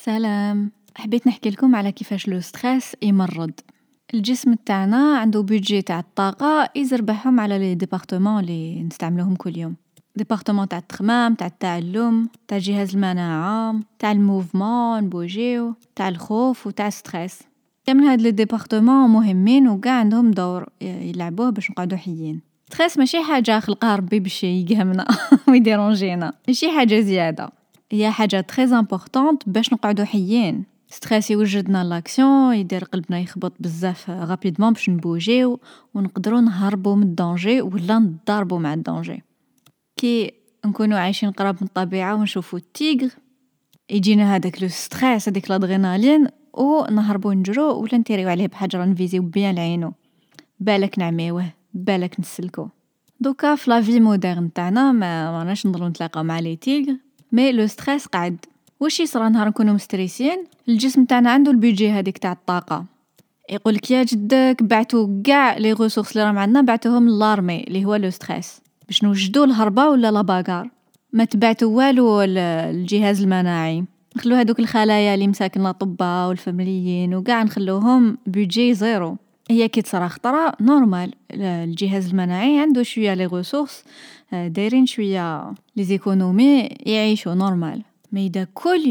سلام. حبيت نحكي لكم على كيفاش لو ستريس يمرض الجسم تاعنا. عنده بيدجي تاع الطاقه يزربحهم على لي ديبارتمون اللي نستعملوهم كل يوم. ديبارتمون تاع التخمام، تاع التعلم، تاع جهاز المناعه، تاع الموفمون نبوجيو، تاع الخوف وتاع الستريس. كامل هاد لي ديبارتمون مهمين وكاع عندهم دور يلعبوه باش نقعدوا حيين. ستريس ماشي حاجه خلقها ربي باش يقهمنا ويديرونجينا، ماشي حاجه زياده، هي حاجه تري امبورطونط باش نقعدوا حيين. ستريس يوجدنا لاكسيون، يدير قلبنا يخبط بزاف رابيدمون باش نبوجيو ونقدروا نهربوا من الدونجي ولا نضاربوا مع الدونجي. كي نكونوا عايشين قراب من الطبيعه ونشوفوا التيغ، يجينا هذاك لو ستريس، هذيك الادرينالين، ونهربوا نجرو ولا نتيريو عليه بحجره نفيزيو بيان العينو، بالك نعميوه، بالك نسلكو. دوكا في لا في مودرن تاعنا ما راناش نضلوا نتلاقاو مع لي تيغ، مي لو ستريس قاعد. واش يصرى نهار نكونوا مستريسين؟ الجسم تاعنا عنده البيدجي هذيك تاع الطاقه، يقولك يا جدك بعتوا كاع لي ريسورس اللي راهم عندنا بعتوهم للارمي اللي هو لو ستريس باش نوجدوا الهربه ولا لا باغار. ما تبعتوا والو الجهاز المناعي، نخلو هذوك الخلايا اللي مساكن الاطباء والفاميليين وكاع نخلوهم بيدجي زيرو. هي كي تصرا خطره نورمال الجهاز المناعي عنده شويه لي ريسورس دايرين شويه لي زيكونومي يعيشوا نورمال. مي اذا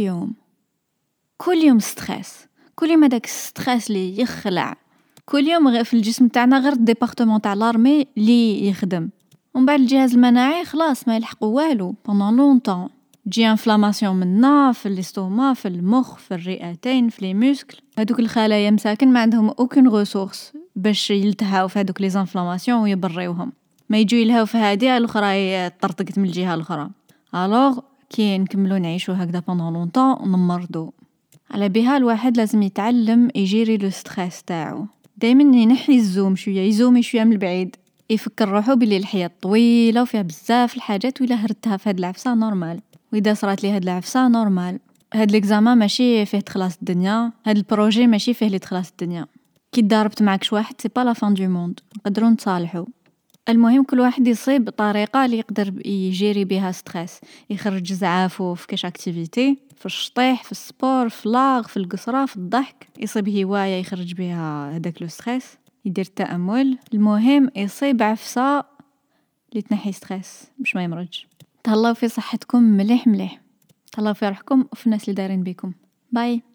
كل يوم ستريس، كل يوم هذاك ستريس اللي يخلع، كل يوم غير في الجسم تاعنا غير الديبارتمون تاع لارمي اللي يخدم، ومن بعد الجهاز المناعي خلاص ما يلحقوا والو pendant longtemps. تجي انفلاماسيون منا في الاستوما، في المخ، في الرئتين، في لي موسكل. هذوك الخلايا مساكن ما عندهم اوكن ريسورس باش يلتهاو في هذوك لي انفلاماسيون ويبريوهم، ما يجوا يلهاو في هذه الاخرى طرطقت من الجهه الاخرى. الوغ كي نكملوا نعيشوا هكذا pendant longtemps نمرضوا. على بها الواحد لازم يتعلم يجيري لو ستريس تاعو، دائما ينحي الزوم شويه، يزومي شويه من البعيد، يفكر روحو بلي الحياة طويله وفيها بزاف الحاجات، ولا هردتها في هاد العفسه نورمال، واذا صرات لي هاد العفسه نورمال. هاد ليكزامان ماشي فيه تخلاص الدنيا، هاد البروجي ماشي فيه لي تخلاص الدنيا. كي ضربت معك شواحد سي با لا فان دو موند، نقدروا نتصالحوا. المهم كل واحد يصيب طريقه اللي يقدر يجيري بها ستريس، يخرج زعافو في كاش اكتيفيتي، في الشطيح، في السبور، في لاغ، في القصره، في الضحك، يصيب هوايه يخرج بها هذاك لو ستريس، يدير التامل. المهم يصيب عفسه اللي تنحي ستريس باش ما يمرضش. تهلاو في صحتكم مليح مليح، تهلاو في روحكم وفي الناس اللي دايرين بكم. باي.